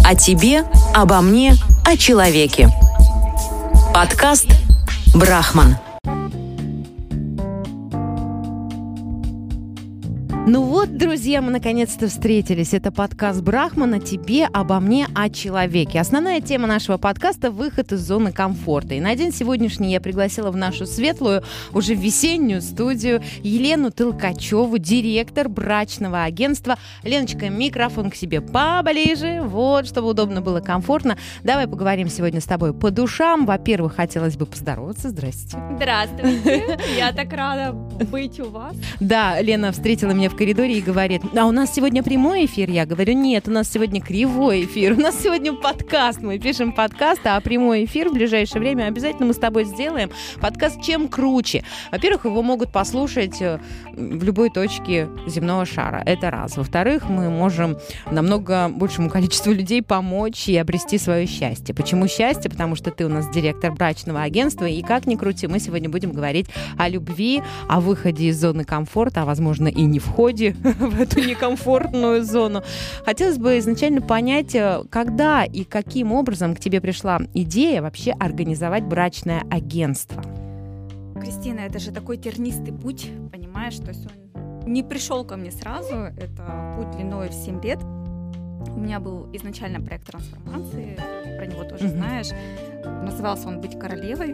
О тебе, обо мне, о человеке. Подкаст «Брахман». Ну вот, друзья, мы наконец-то встретились. Это подкаст «Брахман» о тебе, обо мне, о человеке. Основная тема нашего подкаста – выход из зоны комфорта. И на день сегодняшний я пригласила в нашу светлую, уже весеннюю студию Елену Толкачеву, директор брачного агентства. Леночка, микрофон к себе поближе, вот, чтобы удобно было, комфортно. Давай поговорим сегодня с тобой по душам. Во-первых, хотелось бы поздороваться. Здрасте. Здравствуйте. Я так рада быть у вас. Да, Лена встретила меня в коридоре и говорит: а у нас сегодня прямой эфир? Я говорю: нет, у нас сегодня кривой эфир, у нас сегодня подкаст, мы пишем подкаст, а прямой эфир в ближайшее время обязательно мы с тобой сделаем. Подкаст «Чем круче». Во-первых, его могут послушать в любой точке земного шара, это раз. Во-вторых, мы можем намного большему количеству людей помочь и обрести свое счастье. Почему счастье? Потому что ты у нас директор брачного агентства, и как ни крути, мы сегодня будем говорить о любви, о выходе из зоны комфорта, а возможно и не входе в эту некомфортную зону. Хотелось бы изначально понять, когда и каким образом к тебе пришла идея вообще организовать брачное агентство. Кристина, это же такой тернистый путь, понимаешь? То есть он не пришел ко мне сразу, это путь длиной в 7 лет. У меня был изначально проект трансформации, про него тоже знаешь. Назывался он «Быть королевой».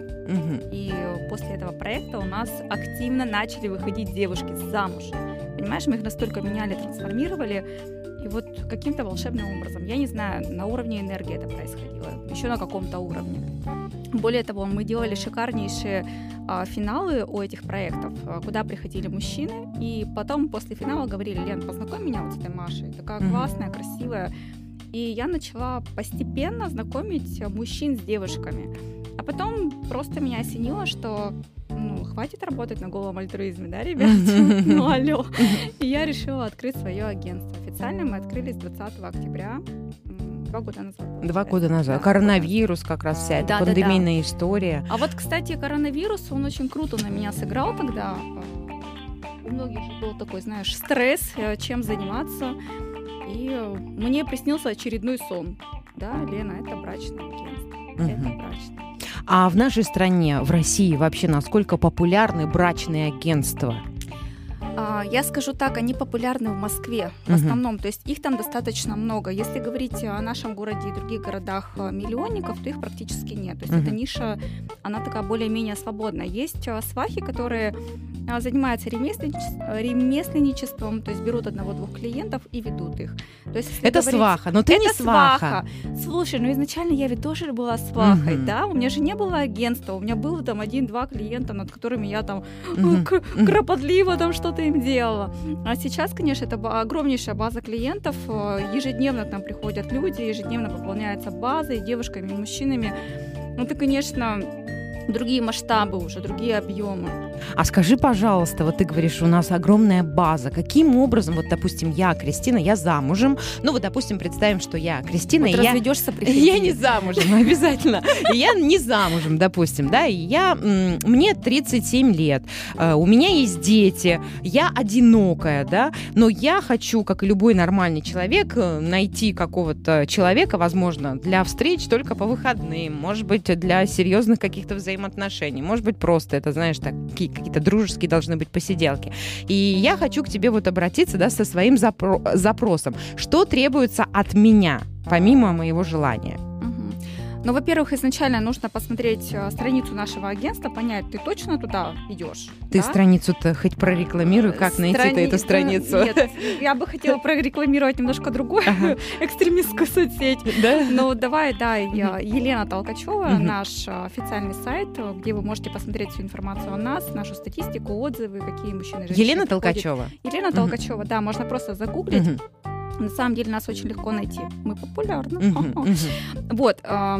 И после этого проекта у нас активно начали выходить девушки замуж. Понимаешь, мы их настолько меняли, трансформировали, и вот каким-то волшебным образом, я не знаю, на уровне энергии это происходило, еще на каком-то уровне. Более того, мы делали шикарнейшие финалы у этих проектов, куда приходили мужчины, и потом после финала говорили: Лен, познакомь меня вот с этой Машей, такая классная, красивая. И я начала постепенно знакомить мужчин с девушками. А потом просто меня осенило, что хватит работать на голом альтруизме, да, ребят? Ну, алло. И я решила открыть свое агентство. Официально мы открылись 20 октября, 2 года назад. 2 года назад. Да, коронавирус, как раз вся эта пандемийная история. А вот, кстати, коронавирус, он очень круто на меня сыграл тогда. У многих был такой, знаешь, стресс, чем заниматься. И мне приснился очередной сон. Да, Лена, это брачное агентство. Это брачное. А в нашей стране, в России вообще насколько популярны брачные агентства? Я скажу так, они популярны в Москве в основном, то есть их там достаточно много. Если говорить о нашем городе и других городах миллионников, то их практически нет. То есть эта ниша, она такая более-менее свободная. Есть свахи, которые занимаются ремесленничеством, то есть берут 1-2 клиентов и ведут их. То есть, это говорить, сваха, но ты это не сваха. Слушай, изначально я ведь тоже была свахой, да? У меня же не было агентства, у меня было там 1-2 клиента, над которыми я там кропотливо там что-то им делала. А сейчас, конечно, это огромнейшая база клиентов, ежедневно к нам приходят люди, ежедневно пополняется база и девушками, и мужчинами. Это, конечно, другие масштабы уже, другие объемы. А скажи, пожалуйста, вот ты говоришь, у нас огромная база. Каким образом, вот, допустим, я, Кристина, я замужем. Ну, вот, допустим, представим, что я Кристина, вот и разведешься, приходи. Я не замужем, обязательно. Я не замужем, допустим, да, и мне 37 лет, у меня есть дети, я одинокая, да, но я хочу, как и любой нормальный человек, найти какого-то человека, возможно, для встреч только по выходным, может быть, для серьезных каких-то взаимоотношений, может быть, просто это, знаешь, какие-то дружеские должны быть посиделки. И я хочу к тебе вот обратиться, да, со своим запросом. Что требуется от меня, помимо моего желания? Ну, во-первых, изначально нужно посмотреть страницу нашего агентства, понять, ты точно туда идешь. Ты страницу-то хоть прорекламируй, как найти-то эту страницу? Нет, я бы хотела прорекламировать немножко другую экстремистскую соцсеть. Да? Ну, давай, Елена Толкачева, наш официальный сайт, где вы можете посмотреть всю информацию о нас, нашу статистику, отзывы, какие мужчины и женщины Елена Толкачева? Елена Толкачева, да, можно просто загуглить. На самом деле нас очень легко найти. Мы популярны. Вот.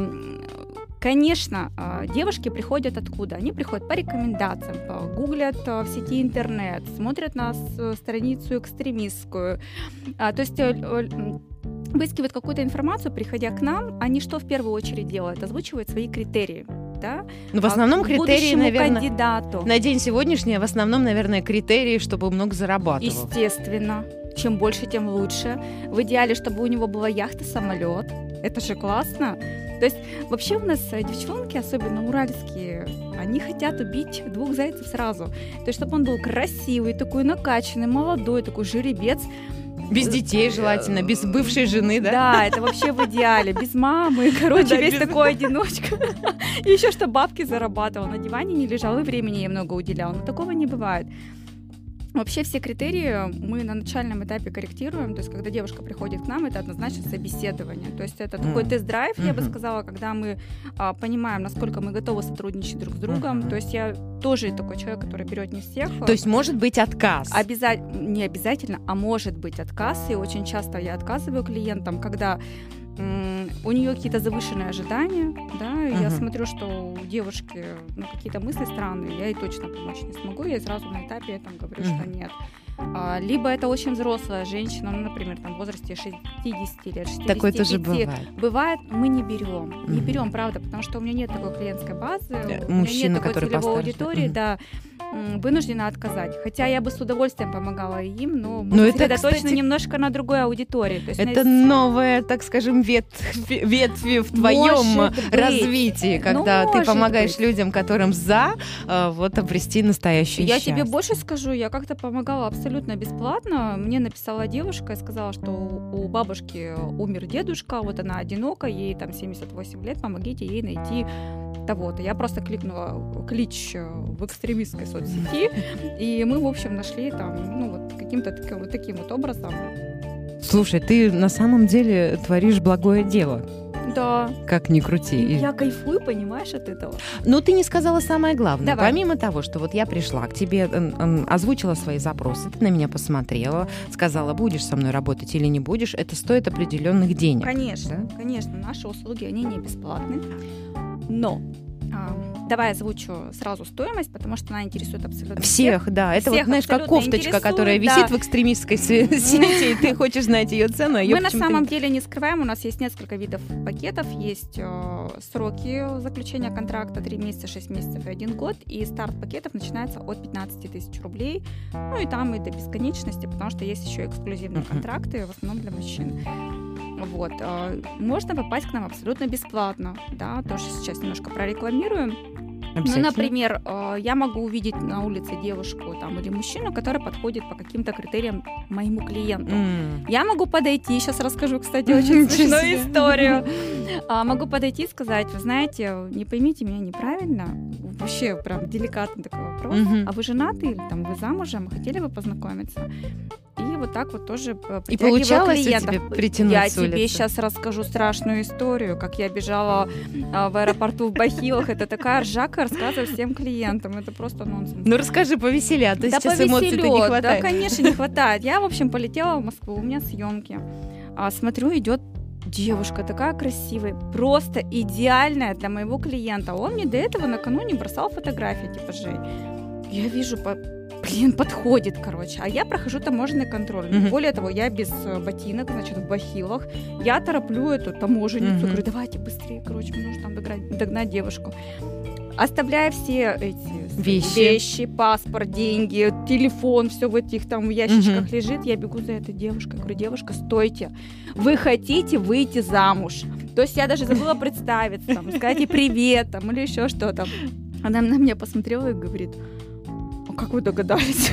Конечно, девушки приходят откуда? Они приходят по рекомендациям, гуглят в сети интернет, смотрят на страницу экстремистскую. То есть выискивают какую-то информацию, приходя к нам, они что в первую очередь делают? Озвучивают свои критерии. да? Ну, в основном критерии, наверное, кандидату. На день сегодняшний, в основном, наверное, критерии, чтобы много зарабатывал. Естественно. Чем больше, тем лучше. В идеале, чтобы у него была яхта, самолет. Это же классно. То есть вообще у нас девчонки, особенно уральские, они хотят убить 2 зайцев сразу. То есть чтобы он был красивый, такой накачанный, молодой, такой жеребец. Без детей желательно, без бывшей жены, да? Да, это вообще в идеале. Без мамы, короче, весь такой одиночка. И еще что бабки зарабатывал, на диване не лежал и времени ей много уделял. Но такого не бывает. Вообще все критерии мы на начальном этапе корректируем, то есть когда девушка приходит к нам, это однозначно собеседование, то есть это такой тест-драйв, я бы сказала, когда мы понимаем, насколько мы готовы сотрудничать друг с другом, то есть я тоже такой человек, который берет не всех. То есть может быть отказ? Не обязательно, а может быть отказ, и очень часто я отказываю клиентам, когда у нее какие-то завышенные ожидания, да, и я смотрю, что у девушки какие-то мысли странные, я ей точно помочь не смогу, я сразу на этапе там говорю, что нет. Либо это очень взрослая женщина, ну, например, там, в возрасте 60 лет, 65. Такое тоже бывает. Бывает, мы не берем, правда, потому что у меня нет такой клиентской базы, у меня нет такой целевой аудитории, да, вынуждена отказать. Хотя я бы с удовольствием помогала им, но это точно немножко на другой аудитории. То есть это новая, так скажем, ветви в твоем развитии, когда ты помогаешь людям, которым обрести настоящее счастье. Я тебе больше скажу, я как-то помогала абсолютно бесплатно. Мне написала девушка и сказала, что у бабушки умер дедушка, вот она одинока, ей там 78 лет, помогите ей найти того-то. Я просто кликнула клич в экстремистской соцсети, и мы, в общем, нашли там, каким-то таким вот образом. Слушай, ты на самом деле творишь благое дело. Да. Как ни крути. Я кайфую, понимаешь, от этого. Но ты не сказала самое главное. Давай. Помимо того, что вот я пришла к тебе, озвучила свои запросы, ты на меня посмотрела, сказала, будешь со мной работать или не будешь, это стоит определенных денег. Конечно, да? Конечно. Наши услуги, они не бесплатны. Но давай озвучу сразу стоимость, потому что она интересует абсолютно всех. Да. Это вот, знаешь, как кофточка, которая висит в экстремистской сети, и ты хочешь знать ее цену. Мы на самом деле не скрываем, у нас есть несколько видов пакетов, есть сроки заключения контракта 3 месяца, 6 месяцев и 1 год, и старт пакетов начинается от 15 тысяч рублей, ну и там и до бесконечности, потому что есть еще эксклюзивные контракты, в основном для мужчин. Вот. Можно попасть к нам абсолютно бесплатно, да, тоже сейчас немножко прорекламируем. Ну, например, я могу увидеть на улице девушку там, или мужчину, который подходит по каким-то критериям моему клиенту. Я могу подойти, сейчас расскажу, кстати, очень смешную историю. Могу подойти и сказать, вы знаете, не поймите меня неправильно, вообще прям деликатный такой вопрос, а вы женаты или там, вы замужем, хотели бы познакомиться? И вот так вот тоже и получалось тебе притянуть Я с улицы? тебе сейчас расскажу страшную историю, как я бежала в аэропорту в бахилах. Это такая ржака, рассказываю всем клиентам. Это просто нонсенс. Ну расскажи повеселее, а то сейчас эмоций-то не хватает. Да, конечно, не хватает. Я, в общем, полетела в Москву, у меня съемки. Смотрю, идет девушка такая красивая, просто идеальная для моего клиента. Он мне до этого накануне бросал фотографии, типа, Жень, я вижу, подходит, короче. А я прохожу таможенный контроль. Более того, я без ботинок, значит, в бахилах. Я тороплю эту таможенницу, говорю, давайте быстрее, короче, мне нужно там догнать девушку. Оставляя все эти вещи, паспорт, деньги, телефон, все в этих там ящичках лежит, я бегу за этой девушкой. Говорю, девушка, стойте, вы хотите выйти замуж? То есть я даже забыла представиться, там, сказать ей привет, там, или еще что-то. Она на меня посмотрела и говорит, как вы догадались?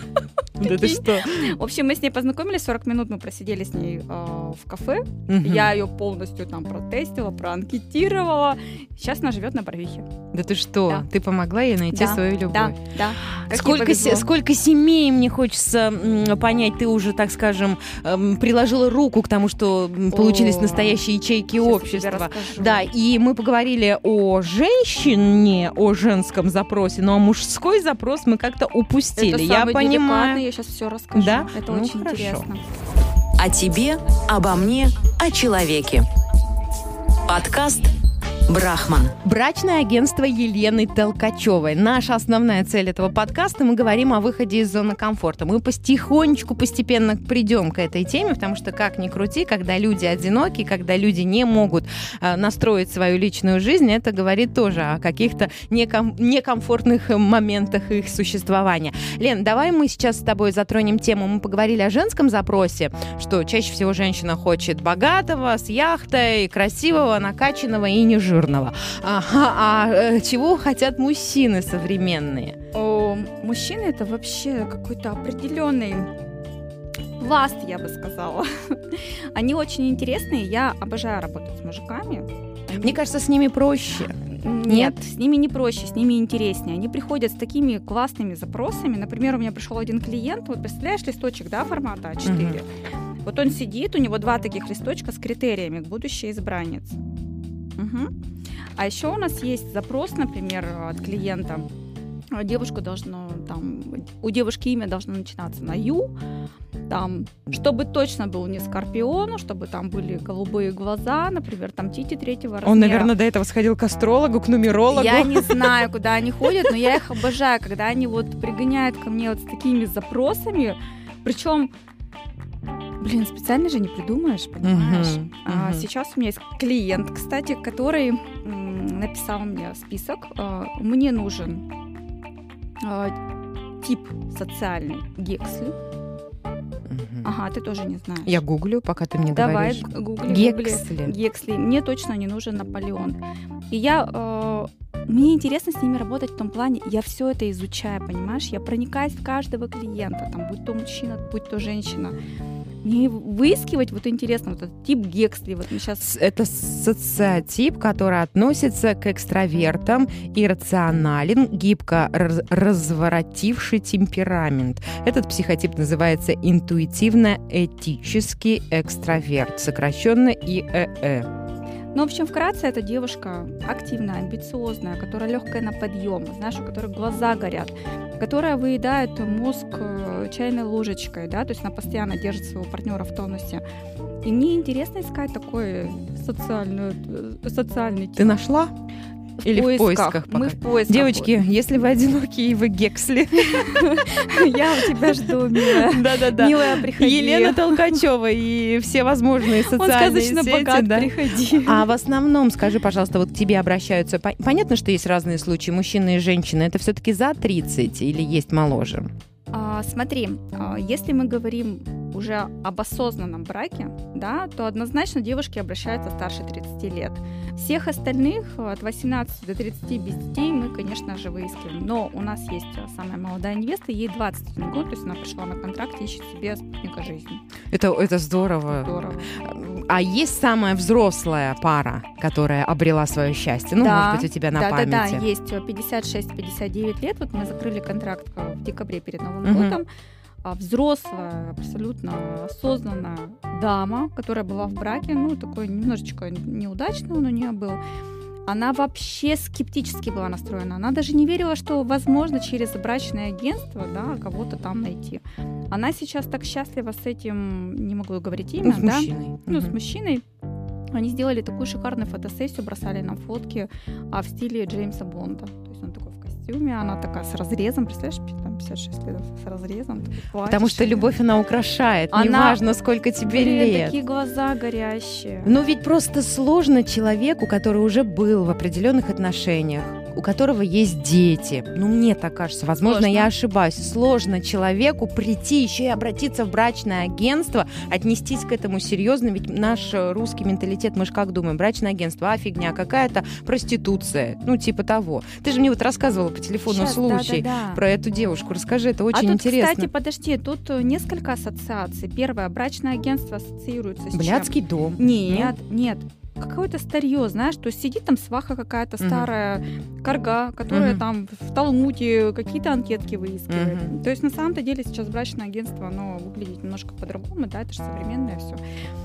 Да ты что? В общем, мы с ней познакомились, 40 минут мы просидели с ней в кафе. Я ее полностью там протестила, проанкетировала. Сейчас она живет на Барвихе. Да ты что? Да. Ты помогла ей найти свою любовь? Да. Сколько семей, мне хочется понять, ты уже, так скажем, приложила руку к тому, что получились настоящие ячейки общества. Да, и мы поговорили о женщине, о женском запросе, но мужской запрос мы как-то упустили. Это я понимаю. Я сейчас все расскажу. Да? Это очень интересно. О тебе, обо мне, о человеке. Подкаст Брахман. Брачное агентство Елены Толкачевой. Наша основная цель этого подкаста — мы говорим о выходе из зоны комфорта. Мы потихонечку, постепенно придем к этой теме, потому что, как ни крути, когда люди одиноки, когда люди не могут настроить свою личную жизнь, это говорит тоже о каких-то некомфортных моментах их существования. Лен, давай мы сейчас с тобой затронем тему. Мы поговорили о женском запросе, что чаще всего женщина хочет богатого, с яхтой, красивого, накачанного и нежирного. А чего хотят мужчины современные? Мужчины — это вообще какой-то определенный пласт, я бы сказала. Они очень интересные. Я обожаю работать с мужиками. Мне кажется, с ними проще. Нет, с ними не проще, с ними интереснее. Они приходят с такими классными запросами. Например, у меня пришел один клиент, вот представляешь, листочек, да, формата А4. Вот он сидит, у него 2 таких листочка с критериями к будущей избраннице. А еще у нас есть запрос, например, от клиента. Девушка должна, у девушки имя должно начинаться на Ю, чтобы точно был не Скорпион, чтобы там были голубые глаза, например, тити 3-го размера. Он, наверное, до этого сходил к астрологу, к нумерологу. Я не знаю, куда они ходят, но я их обожаю, когда они вот пригоняют ко мне вот с такими запросами, причем специально же не придумаешь, понимаешь? Сейчас у меня есть клиент, кстати, который написал мне список. Мне нужен тип социальный Гексли. Ага, ты тоже не знаешь. Я гуглю, пока ты мне говоришь. Давай, гугли. Гексли. Мне точно не нужен Наполеон. И мне интересно с ними работать в том плане, я все это изучаю, понимаешь? Я проникаюсь в каждого клиента, будь то мужчина, будь то женщина. Мне выискивать интересно, этот тип Гексли. Вот мы сейчас... Это социотип, который относится к экстравертам, иррационален, гибко разворотивший темперамент. Этот психотип называется интуитивно-этический экстраверт, сокращенно ИЭЭ. В общем, вкратце, это девушка активная, амбициозная, которая легкая на подъем, знаешь, у которой глаза горят, которая выедает мозг чайной ложечкой, да, то есть она постоянно держит своего партнера в тонусе. И мне интересно искать такой социальный тип. Ты нашла? Или в поисках пока? Мы в поисках. Девочки, если вы одиноки и вы Гексли, я у тебя жду, милая. Да-да-да. Милая, приходи. Елена Толкачева и все возможные социальные сети. Он сказочно богат, приходи. А в основном, скажи, пожалуйста, вот к тебе обращаются. Понятно, что есть разные случаи, мужчины и женщины. Это все-таки за 30 или есть моложе? Смотри, если мы говорим уже об осознанном браке, да, то однозначно девушки обращаются старше 30 лет. Всех остальных от 18 до 30 без детей мы, конечно же, выискиваем. Но у нас есть самая молодая невеста, ей 21 год, то есть она пришла на контракт, ищет себе спутника жизни. Это здорово. А есть самая взрослая пара, которая обрела свое счастье? Да, может быть, у тебя на памяти? Да, есть 56-59 лет. Вот мы закрыли контракт в декабре перед Новым годом. Взрослая, абсолютно осознанная дама, которая была в браке, такой немножечко неудачный он у нее был. Она вообще скептически была настроена. Она даже не верила, что возможно через брачное агентство, да, кого-то там найти. Она сейчас так счастлива с этим, не могу говорить имя, с мужчиной. С мужчиной. Они сделали такую шикарную фотосессию, бросали нам фотки в стиле Джеймса Бонда. То есть он такой в костюме, она такая с разрезом, представляешь, 56 лет с разрезом. Потому что любовь, она украшает, неважно, сколько тебе лет. Такие глаза горящие. Но ведь просто сложно человеку, который уже был в определенных отношениях, у которого есть дети. Мне так кажется, возможно, сложно. Я ошибаюсь. Сложно человеку прийти еще и обратиться в брачное агентство, отнестись к этому серьезно, ведь наш русский менталитет, мы же как думаем, брачное агентство, фигня, какая-то проституция, типа того. Ты же мне рассказывала по телефону случай про эту девушку. Расскажи, это очень интересно. Кстати, подожди, тут несколько ассоциаций. Первое, брачное агентство ассоциируется с Блядский дом. Нет. Какое-то старье, знаешь, то есть сидит там сваха какая-то старая, карга, которая там в Талмуде какие-то анкетки выискивает. То есть на самом-то деле сейчас брачное агентство, оно выглядит немножко по-другому, да, это же современное все.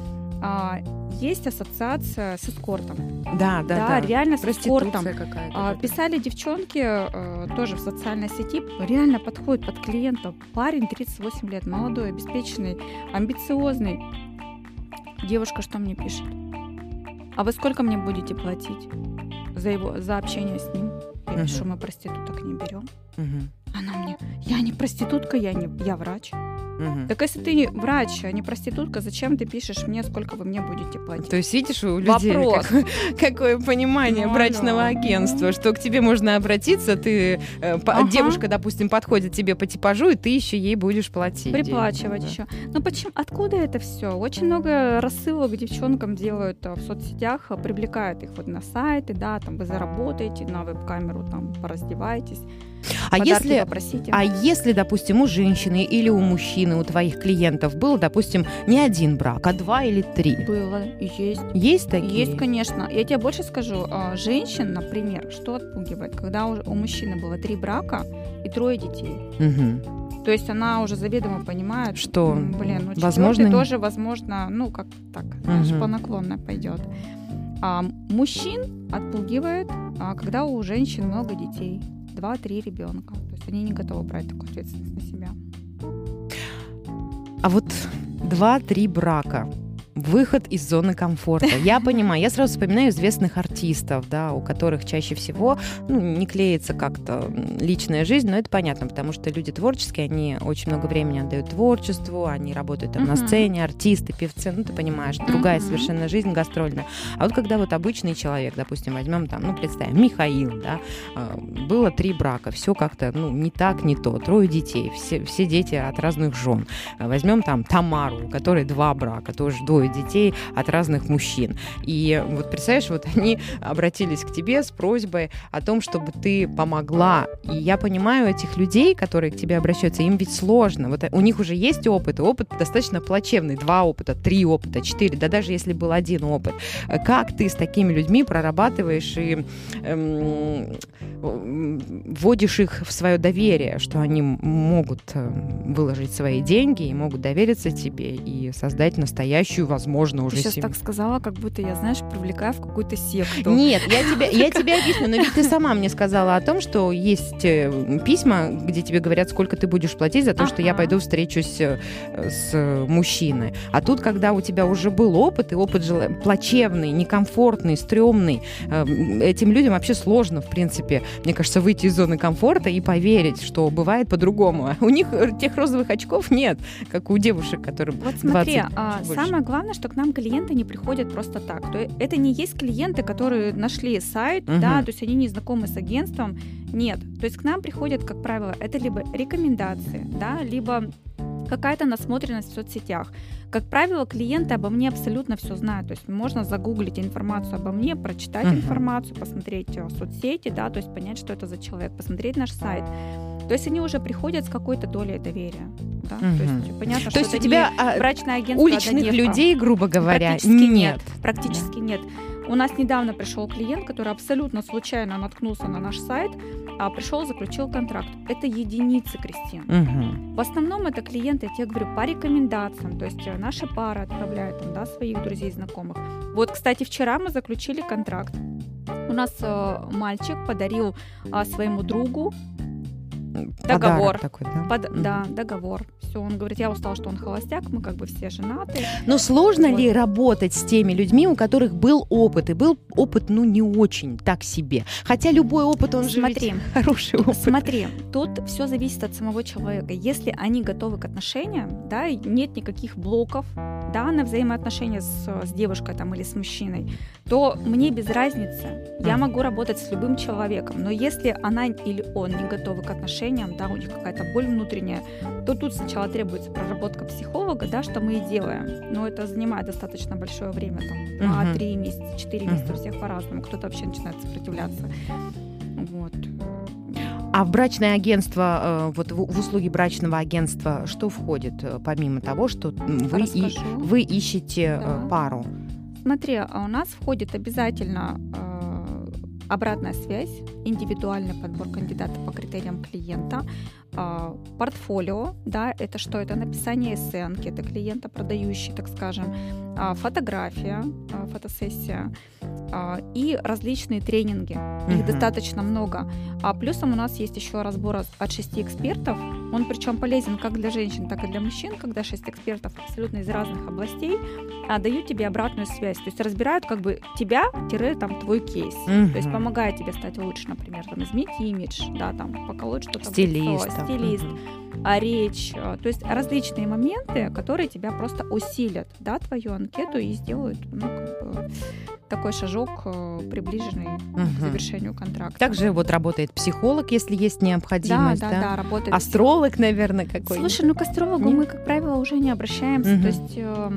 Есть ассоциация с эскортом. Да. Реально с эскортом. Какая-то. Писали девчонки тоже в социальной сети, реально подходит под клиента. Парень 38 лет, молодой, обеспеченный, амбициозный. Девушка что мне пишет? а вы сколько мне будете платить за общение с ним? Я говорю, что мы проституток не берем. Она мне, я не проститутка, я врач. Так если ты врач, а не проститутка, зачем ты пишешь мне, сколько вы мне будете платить? То есть, видишь, у людей какое понимание брачного агентства, что к тебе можно обратиться, девушка, допустим, подходит тебе по типажу, и ты еще ей будешь платить. Приплачивать еще. Ну почему? Откуда это все? Очень много рассылок девчонкам делают в соцсетях, привлекают их вот на сайты, да, там вы заработаете, на веб-камеру там пораздеваетесь. А если, допустим, у женщины или у мужчины, у твоих клиентов был, допустим, не один брак, а 2 или 3? Было, есть. Есть такие? Есть, конечно. Я тебе больше скажу. Женщин, например, что отпугивает? Когда у мужчины было 3 брака и 3 детей. То есть она уже заведомо понимает, что, возможно, тоже, возможно, как так, по наклонной пойдет. А мужчин отпугивает, когда у женщин много детей. 2-3 ребенка. То есть они не готовы брать такую ответственность на себя. А вот 2-3 брака. Выход из зоны комфорта. Я понимаю, я сразу вспоминаю известных артистов, да, у которых чаще всего не клеится как-то личная жизнь, но это понятно, потому что люди творческие, они очень много времени отдают творчеству, они работают там на сцене, артисты, певцы, ты понимаешь, другая совершенно жизнь гастрольная. А вот когда вот обычный человек, допустим, возьмем там, представим, Михаил, да, было 3 брака, все как-то, не так, не то, 3 детей, все дети от разных жен. Возьмем там Тамару, у которой 2 брака, тоже 2 детей от разных мужчин. И вот представляешь, вот они обратились к тебе с просьбой о том, чтобы ты помогла. И я понимаю этих людей, которые к тебе обращаются, им ведь сложно. Вот у них уже есть опыт, и опыт достаточно плачевный. 2 опыта, 3 опыта, 4, да даже если был 1 опыт. Как ты с такими людьми прорабатываешь и вводишь их в свое доверие, что они могут выложить свои деньги и могут довериться тебе и создать настоящую, возможно, уже семью. Ты сейчас семью. так сказала, как будто я, привлекаю в какую-то секту. Нет, я тебе объясню, но ведь ты сама мне сказала о том, что есть письма, где тебе говорят, сколько ты будешь платить за то, что я пойду встречусь с мужчиной. А тут, когда у тебя уже был опыт, и опыт плачевный, некомфортный, стрёмный, этим людям вообще сложно, в принципе, мне кажется, выйти из зоны комфорта и поверить, что бывает по-другому. У них тех розовых очков нет, как у девушек, которым вот смотри, самое главное, что к нам клиенты не приходят просто так. То есть это не есть клиенты, которые нашли сайт, да, то есть они не знакомы с агентством. Нет. То есть к нам приходят, как правило, это либо рекомендации, да, либо какая-то насмотренность в соцсетях. Как правило, клиенты обо мне абсолютно все знают. То есть можно загуглить информацию обо мне, прочитать информацию, посмотреть соцсети, да, то есть понять, что это за человек, посмотреть наш сайт. То есть они уже приходят с какой-то долей доверия. Да? То есть понятно, то что есть это у тебя не брачное агентство, уличных людей, грубо говоря, Практически нет. У нас недавно пришел клиент, который абсолютно случайно наткнулся на наш сайт, пришел, заключил контракт. Это единицы, Кристин. В основном это клиенты, я тебе говорю, по рекомендациям. То есть наши пары отправляют там, да, своих друзей, знакомых. Вот, кстати, вчера мы заключили контракт. У нас мальчик подарил своему другу договор. Такой, да? Договор. Все, он говорит, я устал, что он холостяк, мы как бы все женаты. Но сложно ли работать с теми людьми, у которых был опыт, и был опыт, не очень, так себе? Хотя любой опыт, он же ведь хороший опыт. Смотри, тут все зависит от самого человека. Если они готовы к отношениям, да, и нет никаких блоков, да, на взаимоотношения с девушкой там, или с мужчиной, то мне без разницы. Я могу работать с любым человеком. Но если она или он не готовы к отношениям, да, у них какая-то боль внутренняя, то тут сначала требуется проработка психолога, да, что мы и делаем. Но это занимает достаточно большое время, там, 2-3 месяца, 4 месяца, у всех по-разному. Кто-то вообще начинает сопротивляться. Вот. А в брачное агентство, вот в услуги брачного агентства, что входит, помимо того, что вы ищете пару? Смотри, у нас входит обязательно обратная связь, индивидуальный подбор кандидата по критериям клиента, портфолио, да, это что? Это написание эссенки, это клиента продающий, так скажем, фотография, фотосессия, и различные тренинги. Их достаточно много. А плюсом у нас есть еще разбор от 6 экспертов. Он причем полезен как для женщин, так и для мужчин, когда 6 экспертов абсолютно из разных областей дают тебе обратную связь. То есть разбирают как бы тебя-там твой кейс. То есть помогает тебе стать лучше, например, там, изменить имидж, да, там, поколоть что-то. Стилист. Речь. То есть различные моменты, которые тебя просто усилят, да, твою анкету и сделают, такой шажок, приближенный к завершению контракта. Также вот работает психолог, если есть необходимость, да, работает. Астролог, наверное, какой-то. Слушай, к астрологу мы, как правило, уже не обращаемся. То есть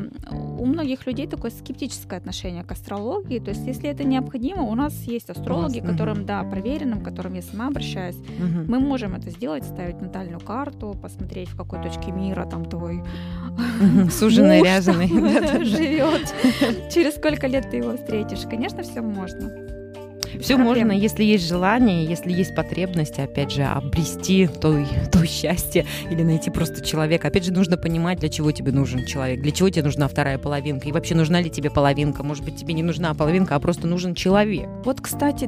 у многих людей такое скептическое отношение к астрологии. То есть если это необходимо, у нас есть астрологи, которым, проверенным, к которым я сама обращаюсь. Мы можем это сделать, ставить натальную карту, посмотреть, в какой точке мира там твой суженый, ряженый живет, через сколько лет ты его встретишь. Конечно, все можно. Все можно, если есть желание, если есть потребность, опять же, обрести то счастье или найти просто человека. Опять же, нужно понимать, для чего тебе нужен человек, для чего тебе нужна вторая половинка, и вообще нужна ли тебе половинка. Может быть, тебе не нужна половинка, а просто нужен человек. Вот, кстати,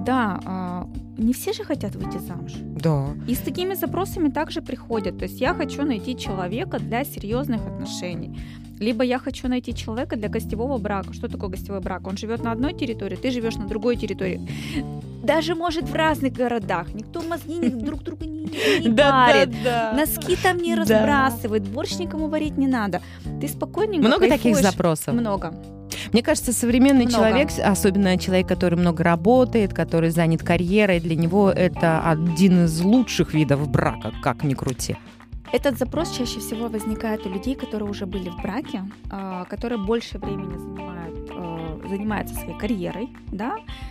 не все же хотят выйти замуж. Да. И с такими запросами также приходят. То есть я хочу найти человека для серьезных отношений. Либо я хочу найти человека для гостевого брака. Что такое гостевой брак? Он живет на одной территории, ты живешь на другой территории. Даже, может, в разных городах. Никто мозги друг друга не парит. Носки там не разбрасывает. Борщ никому варить не надо. Ты спокойненько много кайфуешь. Таких запросов? Много. Мне кажется, современный человек, особенно человек, который много работает, который занят карьерой, для него это один из лучших видов брака, как ни крути. Этот запрос чаще всего возникает у людей, которые уже были в браке, которые больше времени занимаются своей карьерой, да,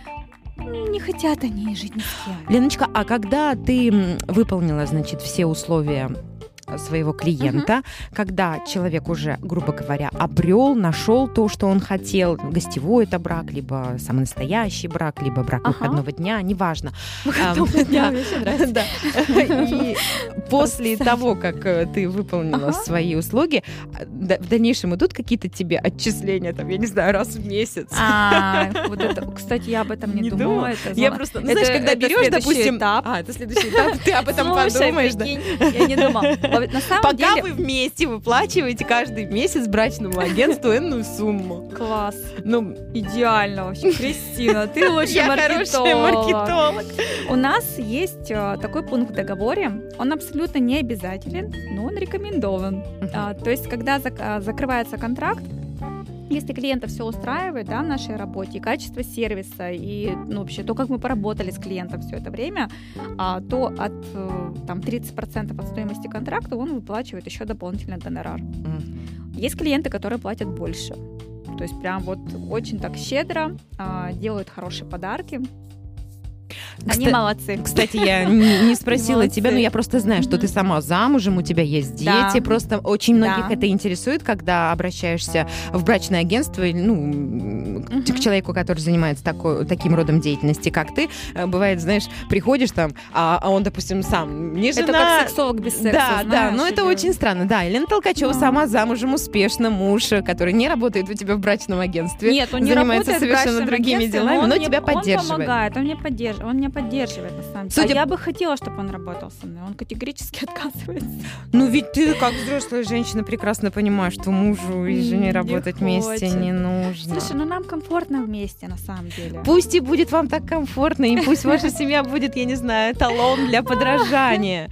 не хотят они жить ни с кем. Леночка, а когда ты выполнила, значит, все условия своего клиента, когда человек уже, грубо говоря, обрел, нашел то, что он хотел, гостевой это брак, либо самый настоящий брак, либо брак выходного дня, неважно. Выходного дня мне очень нравится. И после того, как ты выполнила свои услуги, в дальнейшем идут какие-то тебе отчисления, там, я не знаю, раз в месяц. Вот это, кстати, я об этом не думала. Я просто, знаешь, когда берешь, допустим, это следующий этап, ты об этом подумаешь. Я не думала. Пока вы вместе выплачиваете каждый месяц брачному агентству энную сумму. Класс. Идеально вообще. Кристина, ты лучший маркетолог. У нас есть такой пункт в договоре. Он абсолютно не обязателен, но он рекомендован. То есть, когда закрывается контракт, если клиента все устраивает, в нашей работе, и качество сервиса, и вообще то, как мы поработали с клиентом все это время, то от 30% от стоимости контракта он выплачивает еще дополнительный гонорар. Есть клиенты, которые платят больше. То есть прям вот очень так щедро делают хорошие подарки. Они молодцы. Кстати, я не спросила тебя, но я просто знаю, что ты сама замужем, у тебя есть дети. Просто очень многих это интересует, когда обращаешься в брачное агентство, к человеку, который занимается таким родом деятельности, как ты. Бывает, знаешь, приходишь там, а он, допустим, сам не жена. Это как сексолог без секса, Да, но это очень странно. Да, Елена Толкачева сама замужем, успешно, муж, который не работает у тебя в брачном агентстве. Нет, он не занимается работает совершенно другими делами, но тебя поддерживает. Он помогает, он меня поддерживает, на самом деле. Я бы хотела, чтобы он работал со мной. Он категорически отказывается. Ведь ты, как взрослая женщина, прекрасно понимаешь, что мужу и жене работать вместе не нужно. Слушай, нам комфортно вместе, на самом деле. Пусть и будет вам так комфортно, и пусть ваша семья будет, я не знаю, эталон для подражания.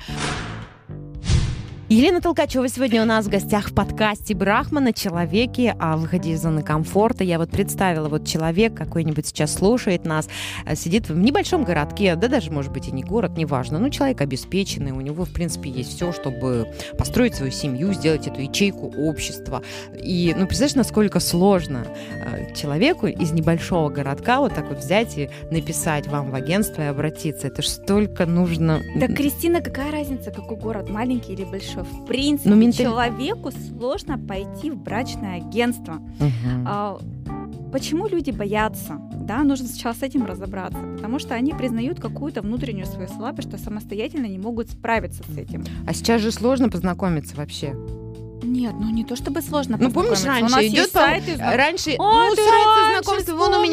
Елена Толкачева сегодня у нас в гостях в подкасте Брахман о человеке, о выходе из зоны комфорта. Я представила, человек какой-нибудь сейчас слушает нас, сидит в небольшом городке, да даже, может быть, и не город, неважно, человек обеспеченный, у него, в принципе, есть все, чтобы построить свою семью, сделать эту ячейку общества. И, представляешь, насколько сложно человеку из небольшого городка вот так взять и написать вам в агентство и обратиться. Это ж столько нужно... Да, Кристина, какая разница, какой город, маленький или большой? В принципе, человеку сложно пойти в брачное агентство. Почему люди боятся? Нужно сначала с этим разобраться, потому что они признают какую-то внутреннюю свою слабость, что самостоятельно не могут справиться с этим. А сейчас же сложно познакомиться вообще. Нет, не то чтобы сложно познакомиться. Помнишь, раньше идет сайты знакомства. У меня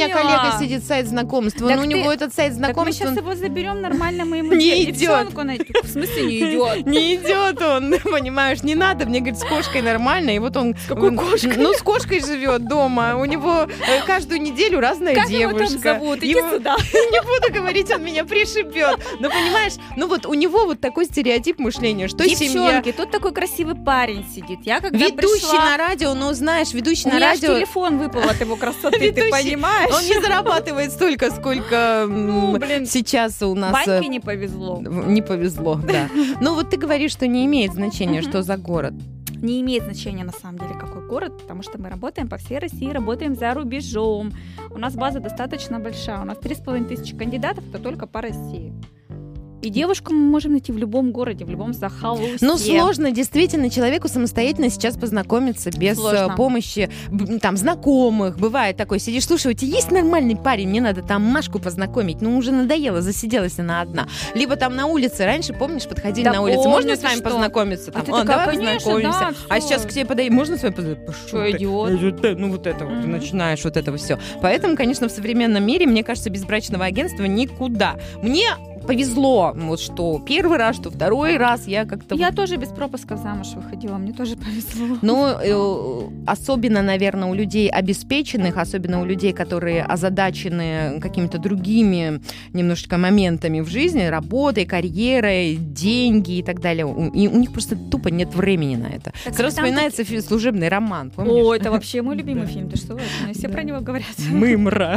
меня коллега сидит, сайт знакомств. У него этот сайт знакомств. Так мы сейчас его заберем, нормально, мы ему не идет. девчонку найдем. В смысле не идет? Не идет он, понимаешь, не надо. Мне говорит, с кошкой нормально. И вот он... С какой кошкой? Ну, с кошкой живет дома. У него каждую неделю разная девушка. Как его там зовут? Иди сюда. Не буду говорить, он меня пришибет. Но понимаешь, ну вот у него вот такой стереотип мышления, что семья... Девчонки, тут такой красивый парень сидит. Я когда ведущий пришла... на радио, ну знаешь, ведущий на радио... У меня телефон выпал от его красоты, ты понимаешь? Он не зарабатывает столько, сколько сейчас у нас... Ваньке не повезло. Не повезло, да. Но вот ты говоришь, что не имеет значения, что за город. Не имеет значения на самом деле, какой город, потому что мы работаем по всей России, работаем за рубежом. У нас база достаточно большая. У нас 3500 кандидатов, это только по России. И девушку мы можем найти в любом городе, в любом захолустье. Ну, сложно действительно человеку самостоятельно сейчас познакомиться без помощи там знакомых. Бывает такое, сидишь, слушай, у тебя есть нормальный парень, мне надо там Машку познакомить. Ну, уже надоело, засиделась она одна. Либо там на улице, раньше, помнишь, подходили на улице, можно с вами познакомиться? Там, давай познакомимся. Да, а сейчас к тебе подойти, можно с вами познакомиться? Что, идиот? Ну, вот это вот, ты начинаешь вот это все. Поэтому, конечно, в современном мире, мне кажется, без брачного агентства никуда. Мне повезло, вот что первый раз, что второй раз я как-то... Я тоже без пропусков замуж выходила, мне тоже повезло. Ну, особенно, наверное, у людей обеспеченных, особенно у людей, которые озадачены какими-то другими немножечко моментами в жизни, работой, карьерой, деньги и так далее. И у них просто тупо нет времени на это. Так сразу вспоминается служебный роман, помнишь? О, это вообще мой любимый фильм, ты что? Все про него говорят. Мымра.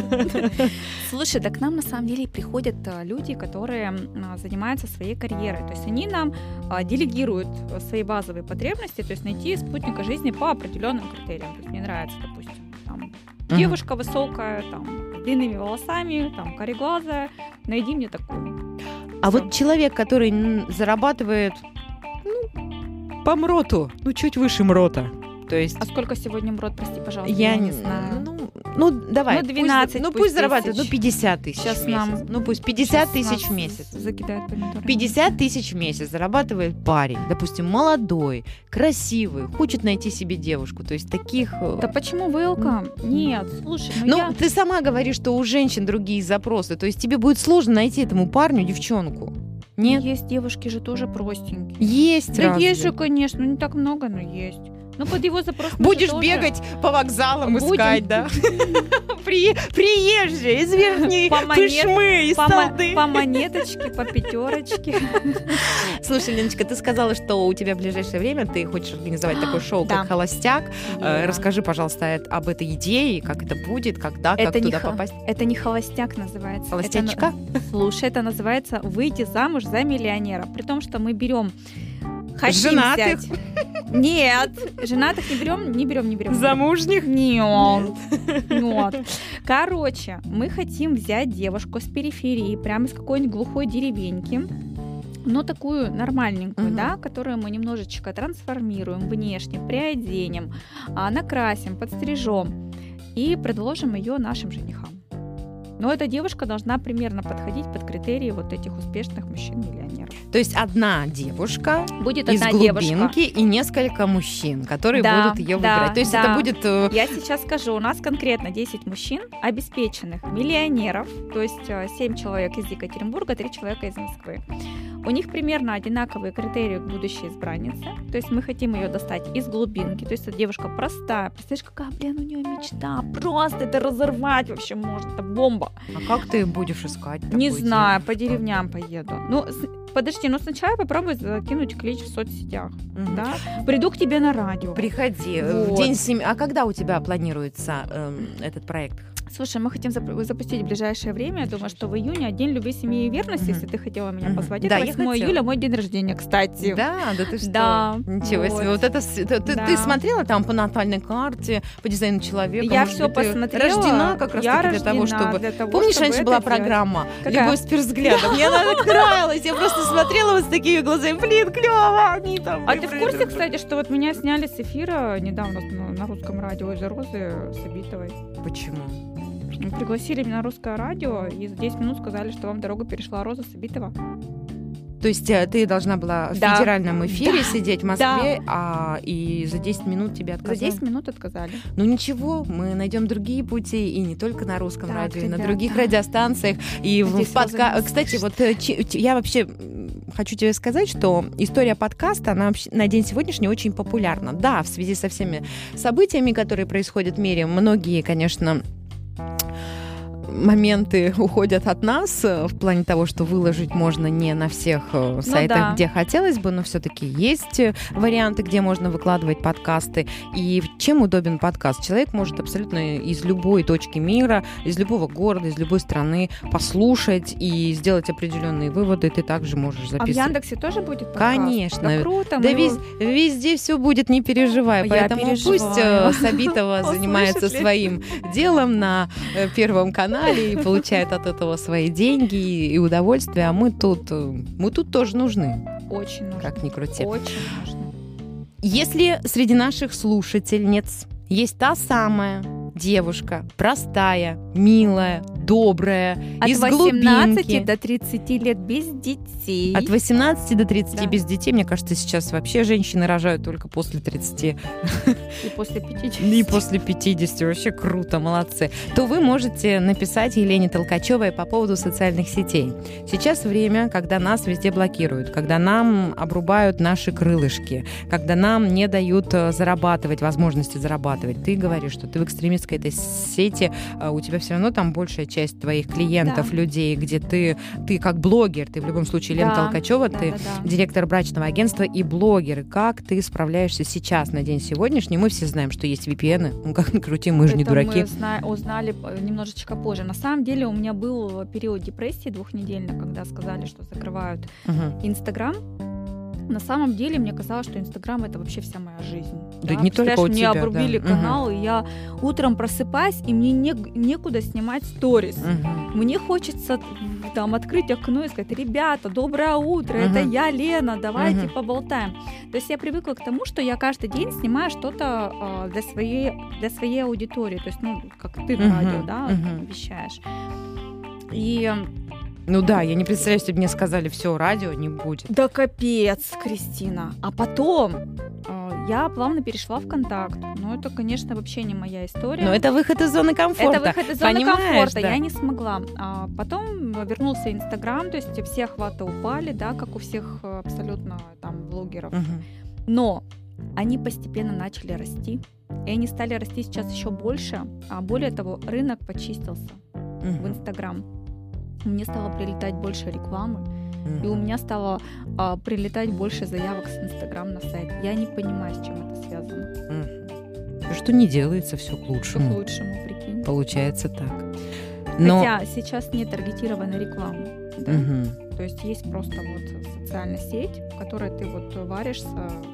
Слушай, да к нам на самом деле приходят люди, которые занимаются своей карьерой. То есть они нам делегируют свои базовые потребности, то есть найти спутника жизни по определенным критериям. То есть мне нравится, допустим, там, девушка высокая, там, с длинными волосами, там, кореглазая, найди мне такую. А вот человек, который зарабатывает по МРОТу, чуть выше МРОТа. То есть... А сколько сегодня МРОТ, прости, пожалуйста? Я не знаю. Ну, давай. 12 пусть зарабатывает, 50 тысяч сейчас в месяц. Нам... Пусть 50 тысяч в месяц. Закидают помидоры. 50 тысяч в месяц зарабатывает парень, допустим, молодой, красивый, хочет найти себе девушку. То есть таких... Да почему welcome? Нет, слушай, ты сама говоришь, что у женщин другие запросы. То есть тебе будет сложно найти этому парню девчонку. Нет? Есть девушки же тоже простенькие. Есть, да разве? Есть же, конечно, не так много, но есть. Ну, под его запрос будешь бегать по вокзалам искать, да? Приезжие из Верхней Пышмы, из Талды. По монеточке, по пятерочке. Слушай, Леночка, ты сказала, что у тебя в ближайшее время ты хочешь организовать такое шоу, как «Холостяк». Расскажи, пожалуйста, об этой идее, как это будет, когда, как туда попасть. Это не «Холостяк» называется. «Холостячка»? Слушай, это называется «Выйти замуж за миллионера». При том, что мы берем... Женатых? Взять. Нет, женатых не берем. Замужних? Нет. Короче, мы хотим взять девушку с периферии, прямо из какой-нибудь глухой деревеньки, но такую нормальненькую, да, которую мы немножечко трансформируем внешне, приоденем, накрасим, подстрижем и предложим ее нашим женихам. Но эта девушка должна примерно подходить под критерии вот этих успешных мужчин-миллионеров. То есть одна девушка будет из одна глубинки девушка. И несколько мужчин, которые будут ее выбирать. То есть это будет... Я сейчас скажу, у нас конкретно 10 мужчин обеспеченных, миллионеров, то есть 7 человек из Екатеринбурга, 3 человека из Москвы. У них примерно одинаковые критерии к будущей избраннице. То есть мы хотим ее достать из глубинки. То есть эта девушка простая. Представляешь, какая, у нее мечта. Просто это разорвать вообще может. Это бомба. А как ты будешь искать? Не знаю, по деревням поеду. Ну, подожди, сначала попробуй закинуть клич в соцсетях. Да? Приду к тебе на радио. Приходи. Вот. В день семьи. А когда у тебя планируется этот проект? Слушай, мы хотим запустить в ближайшее время. Я думаю, что в июне День любви, семьи и верности, если ты хотела меня позвать. Это 8 июля, мой день рождения, кстати. Да ты что? Да. Ничего себе. Вот это ты смотрела там по натальной карте, по дизайну человека? Я все посмотрела. Рождена как раз таки для того, чтобы... Помнишь, раньше была программа «Любовь с взглядом»? Мне она так нравилась. Я просто смотрела вот с такими глазами. Блин, клево! Они там... А ты в курсе, кстати, что вот меня сняли с эфира недавно на русском радио из-за Розы Сабитовой? Почему? Пригласили меня на русское радио и за 10 минут сказали, что вам дорогу перешла Роза Сабитова. То есть ты должна была в федеральном эфире сидеть в Москве, и за 10 минут тебе отказали? За 10 минут отказали. Ну ничего, мы найдем другие пути, и не только на русском радио, и на других радиостанциях. И в подкасте. Кстати, вот я вообще хочу тебе сказать, что история подкаста, она вообще на день сегодняшний очень популярна. Да, в связи со всеми событиями, которые происходят в мире, многие, конечно, моменты уходят от нас в плане того, что выложить можно не на всех сайтах, где хотелось бы, но все-таки есть варианты, где можно выкладывать подкасты. И чем удобен подкаст? Человек может абсолютно из любой точки мира, из любого города, из любой страны послушать и сделать определенные выводы. Ты также можешь записывать. А в Яндексе тоже будет подкаст? Конечно. Да, круто. Да везде все будет, не переживай. Поэтому пусть Сабитова занимается своим делом на Первом канале и получает от этого свои деньги и удовольствие, а мы тут тоже нужны. Очень нужны. Как ни крути. Очень нужны. Если среди наших слушательниц есть та самая девушка, простая, милая, добрая, из глубинки. От 18 до 30 лет без детей. От 18 до 30 без детей. Мне кажется, сейчас вообще женщины рожают только после 30. И после 50. И после 50. Вообще круто, молодцы. То вы можете написать Елене Толкачевой по поводу социальных сетей. Сейчас время, когда нас везде блокируют, когда нам обрубают наши крылышки, когда нам не дают возможности зарабатывать. Ты говоришь, что ты в экстремистской этой сети, у тебя все равно там большая часть твоих клиентов, людей, где ты как блогер, ты в любом случае Лена Толкачева, ты директор брачного агентства и блогер. Как ты справляешься сейчас на день сегодняшний? Мы все знаем, что есть VPN, ну как ни крути, мы же не дураки. Мы узнали немножечко позже. На самом деле у меня был период депрессии 2-недельный, когда сказали, что закрывают Инстаграм. На самом деле мне казалось, что Инстаграм — это вообще вся моя жизнь. Да, не только у тебя. Мне обрубили канал, и я утром просыпаюсь, и мне некуда снимать сторис. Мне хочется там открыть окно и сказать: ребята, доброе утро, это я, Лена, давайте поболтаем. То есть я привыкла к тому, что я каждый день снимаю что-то для своей аудитории. То есть, как ты на радио, вещаешь. И... Ну да, я не представляю, если бы мне сказали: все, радио не будет. Да капец, Кристина. А потом я плавно перешла в ВКонтакт. Но это, конечно, вообще не моя история. Но это выход из зоны комфорта. Это выход из зоны комфорта. Да. Я не смогла. Потом вернулся Инстаграм, то есть все охваты упали, да, как у всех абсолютно там блогеров. Но они постепенно начали расти. И они стали расти сейчас еще больше. А более того, рынок почистился в Инстаграм. Мне стало прилетать больше рекламы, и у меня стало прилетать больше заявок с Инстаграм на сайт. Я не понимаю, с чем это связано. Что не делается, все к лучшему. К лучшему, прикинь. Получается так. Хотя сейчас нет таргетированной рекламы. Да? То есть есть просто социальная сеть, в которой ты варишься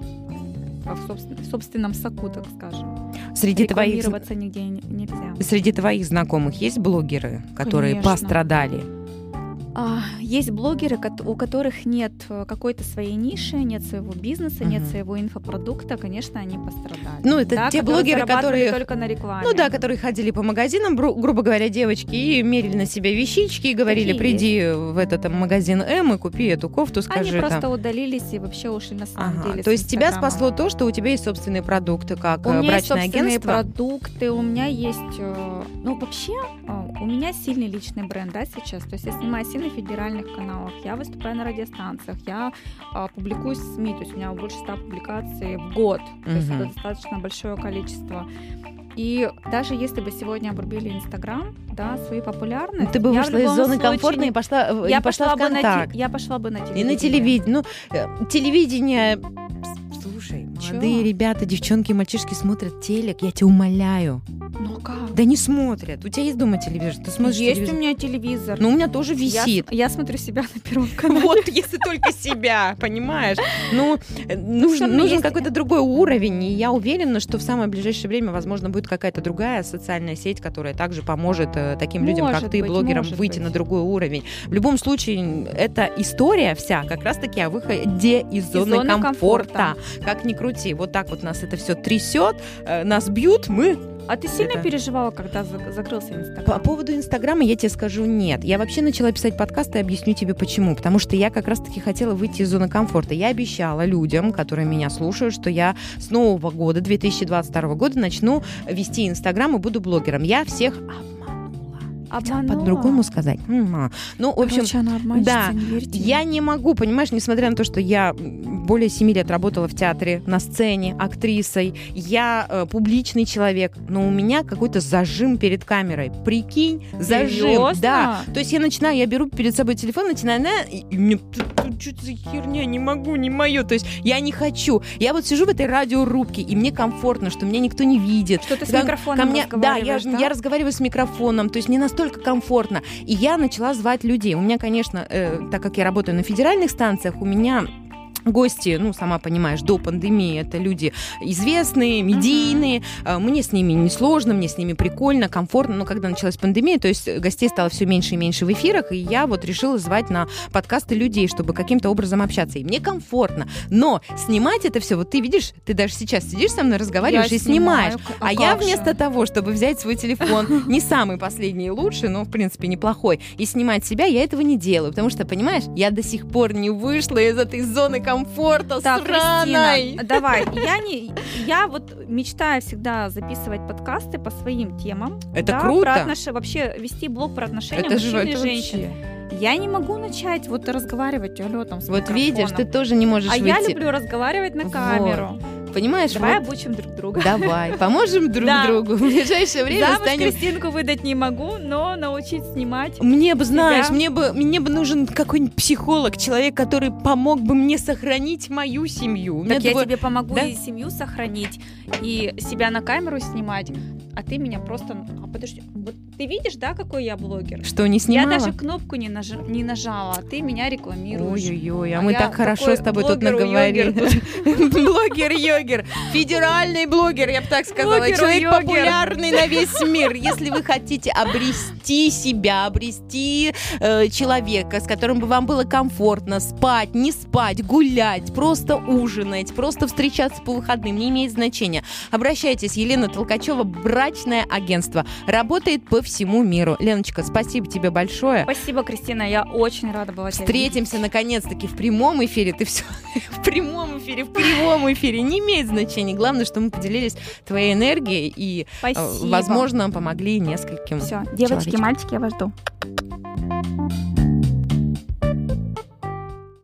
в собственном соку, так скажем. Рекламироваться нигде нельзя. Среди твоих знакомых есть блогеры, которые пострадали? Есть блогеры, у которых нет какой-то своей ниши, нет своего бизнеса, нет своего инфопродукта, конечно, они пострадали. Ну, это те блогеры, которые только на рекламе. Ну да, которые ходили по магазинам, грубо говоря, девочки, и мерили на себя вещички, и говорили: приди в этот магазин М и купи эту кофту, скажи. Они просто удалились и вообще ушли на самом деле. То есть тебя спасло то, что у тебя есть собственные продукты, как брачное агентство? У меня есть собственные продукты, у меня есть... вообще, у меня сильный личный бренд, да, сейчас. То есть я снимаюсь и на федеральных каналах, я выступаю на радиостанциях, я публикуюсь в СМИ, то есть у меня больше 100 публикаций в год, то есть это достаточно большое количество. И даже если бы сегодня обрубили Инстаграм, да, свою популярность... Ты бы вышла из зоны комфорта и пошла в ВКонтакт. Я пошла бы на телевидение. И на телевидение. Телевидение... Слушай, молодые ребята, девчонки и мальчишки смотрят телек, я тебя умоляю. Ну как? Да не смотрят. У тебя есть дома телевизор? Ты смотришь есть телевизор? У меня телевизор. Но у меня тоже висит. Я смотрю себя на Первом канале. Вот, если только себя, понимаешь? Ну, нужен какой-то другой уровень. И я уверена, что в самое ближайшее время, возможно, будет какая-то другая социальная сеть, которая также поможет таким людям, как ты, блогерам, выйти на другой уровень. В любом случае, эта история вся как раз-таки о выходе из зоны комфорта. Как ни крути. Вот так вот нас это все трясет, нас бьют, мы А ты сильно переживала, когда закрылся Инстаграм? По поводу Инстаграма я тебе скажу нет. Я вообще начала писать подкасты и объясню тебе почему. Потому что я как раз-таки хотела выйти из зоны комфорта. Я обещала людям, которые меня слушают, что я с нового года, 2022 года, начну вести Инстаграм и буду блогером. Я всех обманула. По-другому сказать. Ну, в общем, короче, она обманщица, да, не верьте. я не могу, понимаешь, несмотря на то, что я более 7 лет работала в театре, на сцене, актрисой, я публичный человек, но у меня какой-то зажим перед камерой. Прикинь, зажим. Серьезно? Да. То есть я беру перед собой телефон, начинаю, и мне что-то за херня, не могу, не мое. То есть я не хочу. Я вот сижу в этой радиорубке, и мне комфортно, что меня никто не видит. Что ты с микрофоном разговариваешь, да? Я разговариваю с микрофоном, то есть мне настолько комфортно. И я начала звать людей. У меня, конечно, так как я работаю на федеральных станциях, у меня гости, сама понимаешь, до пандемии это люди известные, медийные, мне с ними не сложно, мне с ними прикольно, комфортно, но когда началась пандемия, то есть гостей стало все меньше и меньше в эфирах, и я вот решила звать на подкасты людей, чтобы каким-то образом общаться, и мне комфортно, но снимать это все, вот ты видишь, ты даже сейчас сидишь со мной, разговариваешь и снимаешь, а я вместо того, чтобы взять свой телефон, не самый последний и лучший, но в принципе неплохой, и снимать себя, я этого не делаю, потому что, понимаешь, я до сих пор не вышла из этой зоны комфорта так, сраной. Кристина, давай. Я вот мечтаю всегда записывать подкасты по своим темам. Это круто. Вообще вести блог про отношения это мужчин и это женщин. Вообще. Я не могу начать вот разговаривать, алло, там, с Вот микрофоном. видишь, ты тоже не можешь выйти. Я люблю разговаривать на камеру. Понимаешь? Давай обучим друг друга. Давай, поможем друг другу. В ближайшее время Замуж Кристинку выдать не могу, но научить снимать. Мне бы, знаешь, мне бы нужен какой-нибудь психолог, человек, который помог бы мне сохранить мою семью. Так я тебе помогу и семью сохранить, и себя на камеру снимать, а ты меня просто... подожди, вот ты видишь, да, какой я блогер? Что, не снимала? Я даже кнопку не нажала, а ты меня рекламируешь. Ой-ой-ой, а мы так хорошо с тобой тут наговорили. Блогер-йогер, федеральный блогер, я бы так сказала. Человек популярный на весь мир. Если вы хотите обрести себя, обрести человека, с которым бы вам было комфортно спать, не спать, гулять, просто ужинать, просто встречаться по выходным, не имеет значения. Обращайтесь, Елена Толкачева, брачное агентство. Работает по всему миру. Леночка, спасибо тебе большое. Спасибо, Кристина, я очень рада была тебя Встретимся видеть. Наконец-таки в прямом эфире. Ты все в прямом эфире, в кривом эфире. Не имеет значения. Главное, что мы поделились твоей энергией и, возможно, помогли нескольким. Все, девочки, мальчики, я вас жду.